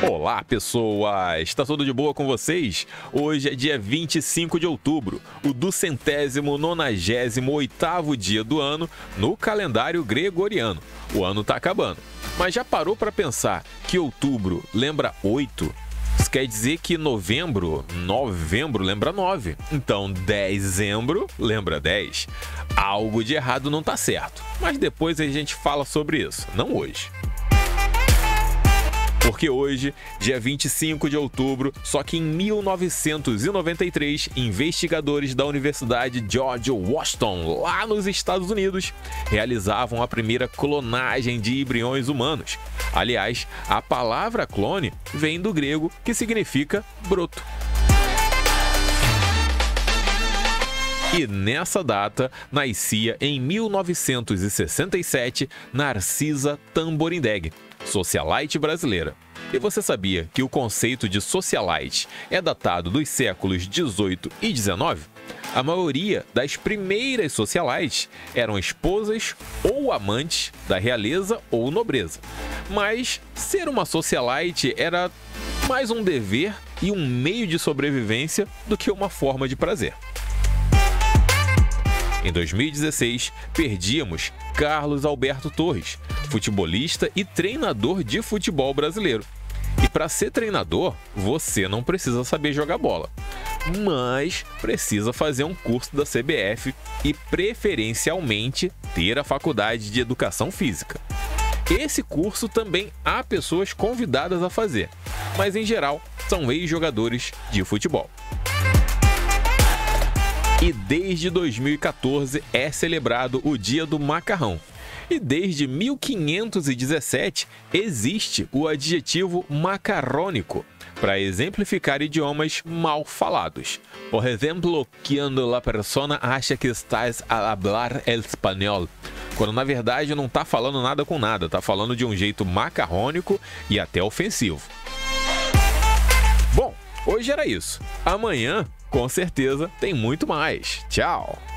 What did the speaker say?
Olá, pessoas! Está tudo de boa com vocês? Hoje é dia 25 de outubro, o 298º dia do ano no calendário gregoriano. O ano está acabando. Mas já parou para pensar que outubro lembra 8? Isso quer dizer que novembro lembra 9. Então, dezembro lembra 10. Algo de errado não está certo. Mas depois a gente fala sobre isso, não hoje. Porque hoje, dia 25 de outubro, só que em 1993, investigadores da Universidade George Washington, lá nos Estados Unidos, realizavam a primeira clonagem de embriões humanos. Aliás, a palavra clone vem do grego, que significa broto. E nessa data, nascia em 1967 Narcisa Tamborindeg, socialite brasileira. E você sabia que o conceito de socialite é datado dos séculos 18 e 19? A maioria das primeiras socialites eram esposas ou amantes da realeza ou nobreza. Mas ser uma socialite era mais um dever e um meio de sobrevivência do que uma forma de prazer. Em 2016, perdíamos Carlos Alberto Torres, futebolista e treinador de futebol brasileiro. E para ser treinador, você não precisa saber jogar bola, mas precisa fazer um curso da CBF e, preferencialmente, ter a faculdade de Educação Física. Esse curso também há pessoas convidadas a fazer, mas em geral são ex-jogadores de futebol. E desde 2014 é celebrado o Dia do Macarrão. E desde 1517 existe o adjetivo macarrônico para exemplificar idiomas mal falados. Por exemplo, quando a persona acha que estás a hablar el espanhol, quando na verdade não está falando nada com nada, está falando de um jeito macarrônico e até ofensivo. Bom, hoje era isso. Amanhã, com certeza, tem muito mais. Tchau!